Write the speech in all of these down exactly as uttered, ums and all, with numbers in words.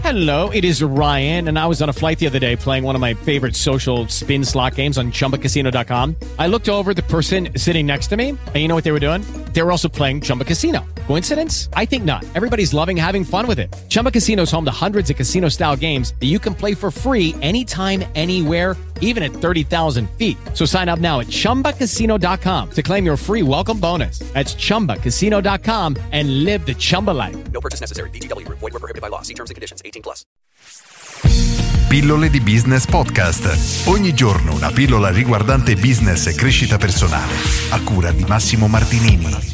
Hello, it is Ryan, and I was on a flight the other day playing one of my favorite social spin slot games on Chumba Casino dot com. I looked over at the person sitting next to me, and you know what they were doing? They were also playing Chumba Casino. Coincidence? I think not. Everybody's loving having fun with it. Chumba Casino is home to hundreds of casino-style games that you can play for free anytime, anywhere, even at thirty thousand feet. So sign up now at Chumba Casino dot com to claim your free welcome bonus. That's Chumba Casino dot com and live the Chumba life. No purchase necessary. V G W. Void where prohibited by law. See terms and conditions. eighteen plus. Pillole di Business Podcast. Ogni giorno una pillola riguardante business e crescita personale. A cura di Massimo Martinini.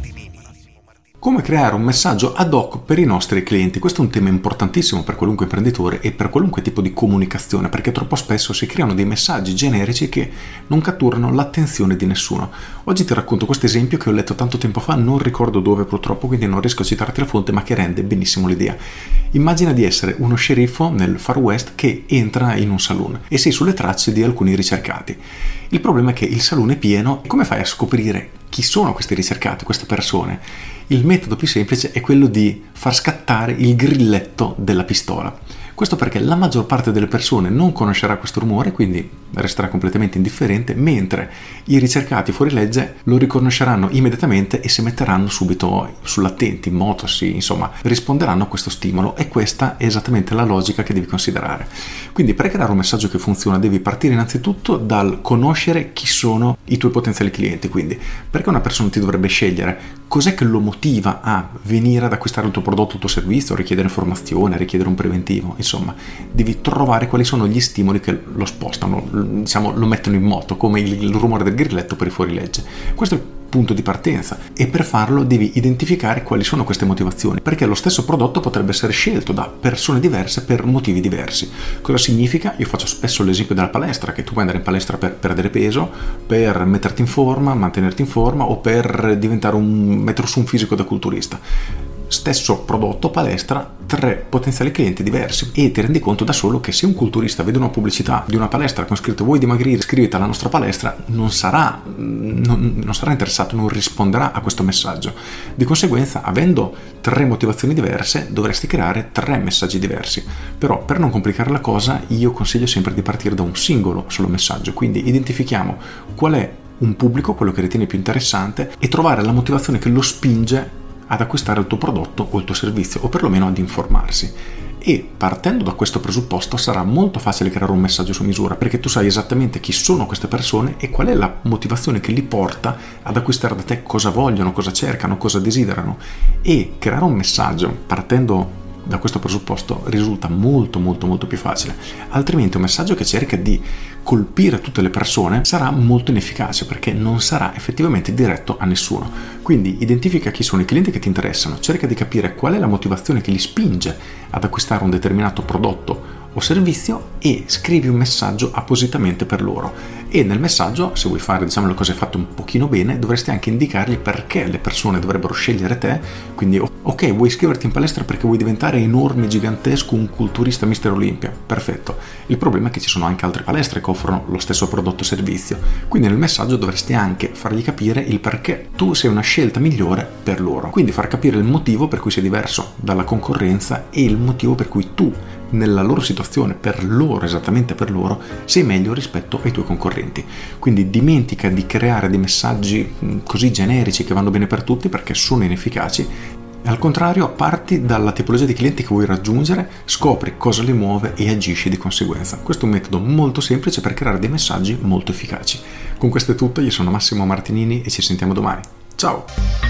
Come creare un messaggio ad hoc per i nostri clienti? Questo è un tema importantissimo per qualunque imprenditore e per qualunque tipo di comunicazione, perché troppo spesso si creano dei messaggi generici che non catturano l'attenzione di nessuno. Oggi ti racconto questo esempio che ho letto tanto tempo fa, non ricordo dove purtroppo, quindi non riesco a citarti la fonte, ma che rende benissimo l'idea. Immagina di essere uno sceriffo nel Far West che entra in un saloon e sei sulle tracce di alcuni ricercati. Il problema è che il saloon è pieno e come fai a scoprire chi sono questi ricercati, queste persone? Il metodo più semplice è quello di far scattare il grilletto della pistola. Questo perché la maggior parte delle persone non conoscerà questo rumore, quindi resterà completamente indifferente, mentre i ricercati fuori legge lo riconosceranno immediatamente e si metteranno subito sull'attenti, motossi, insomma, risponderanno a questo stimolo, e questa è esattamente la logica che devi considerare. Quindi per creare un messaggio che funziona devi partire innanzitutto dal conoscere chi sono i tuoi potenziali clienti. Quindi perché una persona ti dovrebbe scegliere? Cos'è che lo motiva a venire ad acquistare il tuo prodotto o il tuo servizio, richiedere informazione, richiedere un preventivo? Insomma, devi trovare quali sono gli stimoli che lo spostano, diciamo, lo mettono in moto, come il, il rumore del grilletto per i fuorilegge. Questo è il punto di partenza, e per farlo devi identificare quali sono queste motivazioni, perché lo stesso prodotto potrebbe essere scelto da persone diverse per motivi diversi. Cosa significa? Io faccio spesso l'esempio della palestra, che tu puoi andare in palestra per perdere peso, per metterti in forma, mantenerti in forma, o per diventare un mettere su un fisico da culturista. Stesso prodotto, palestra, tre potenziali clienti diversi, e ti rendi conto da solo che se un culturista vede una pubblicità di una palestra con scritto vuoi dimagrire, iscriviti alla nostra palestra, non sarà, non, non sarà interessato, non risponderà a questo messaggio. Di conseguenza, avendo tre motivazioni diverse, dovresti creare tre messaggi diversi. Però per non complicare la cosa, io consiglio sempre di partire da un singolo solo messaggio. Quindi identifichiamo qual è un pubblico, quello che ritieni più interessante, e trovare la motivazione che lo spinge ad acquistare il tuo prodotto o il tuo servizio, o perlomeno ad informarsi. E partendo da questo presupposto sarà molto facile creare un messaggio su misura, perché tu sai esattamente chi sono queste persone e qual è la motivazione che li porta ad acquistare da te, cosa vogliono, cosa cercano, cosa desiderano. E creare un messaggio partendo da questo presupposto risulta molto molto molto più facile. Altrimenti un messaggio che cerca di colpire tutte le persone sarà molto inefficace, perché non sarà effettivamente diretto a nessuno. Quindi identifica chi sono i clienti che ti interessano, cerca di capire qual è la motivazione che li spinge ad acquistare un determinato prodotto o servizio, e scrivi un messaggio appositamente per loro. E nel messaggio, se vuoi fare, diciamo, le cose fatte un pochino bene, dovresti anche indicargli perché le persone dovrebbero scegliere te. Quindi ok, vuoi iscriverti in palestra perché vuoi diventare enorme, gigantesco, un culturista mister Olympia, perfetto. Il problema è che ci sono anche altre palestre che offrono lo stesso prodotto o servizio, quindi nel messaggio dovresti anche fargli capire il perché tu sei una scelta migliore per loro. Quindi far capire il motivo per cui sei diverso dalla concorrenza e il motivo per cui tu, nella loro situazione, per loro, esattamente per loro, sei meglio rispetto ai tuoi concorrenti. Quindi dimentica di creare dei messaggi così generici che vanno bene per tutti, perché sono inefficaci. Al contrario, parti dalla tipologia di clienti che vuoi raggiungere, scopri cosa li muove e agisci di conseguenza. Questo è un metodo molto semplice per creare dei messaggi molto efficaci. Con questo è tutto, io sono Massimo Martinini e ci sentiamo domani. Ciao!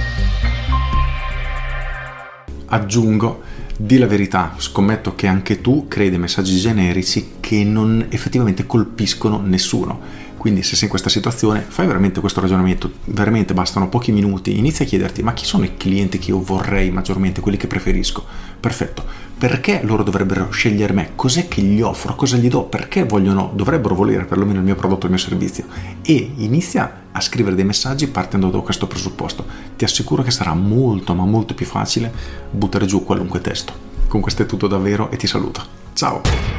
Aggiungo, di la verità, scommetto che anche tu crei dei messaggi generici che non effettivamente colpiscono nessuno. Quindi se sei in questa situazione, fai veramente questo ragionamento, veramente bastano pochi minuti, inizia a chiederti: ma chi sono i clienti che io vorrei maggiormente, quelli che preferisco? Perfetto, perché loro dovrebbero scegliere me? Cos'è che gli offro? Cosa gli do? Perché vogliono, dovrebbero volere perlomeno il mio prodotto, il mio servizio? E inizia a scrivere dei messaggi partendo da questo presupposto. Ti assicuro che sarà molto ma molto più facile buttare giù qualunque testo. Con questo è tutto davvero e ti saluto. Ciao!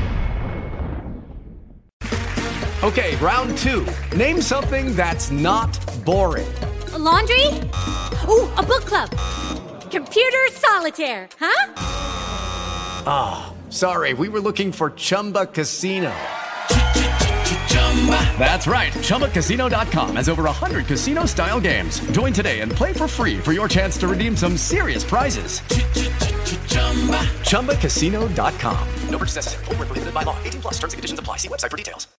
Okay, round two. Name something that's not boring. A laundry? Ooh, a book club. Computer solitaire, huh? Ah, Sorry, we were looking for Chumba Casino. That's right. Chumba Casino dot com has over one hundred casino-style games. Join today and play for free for your chance to redeem some serious prizes. Chumba Casino dot com. No purchase necessary. Void where prohibited by law. eighteen plus terms and conditions apply. See website for details.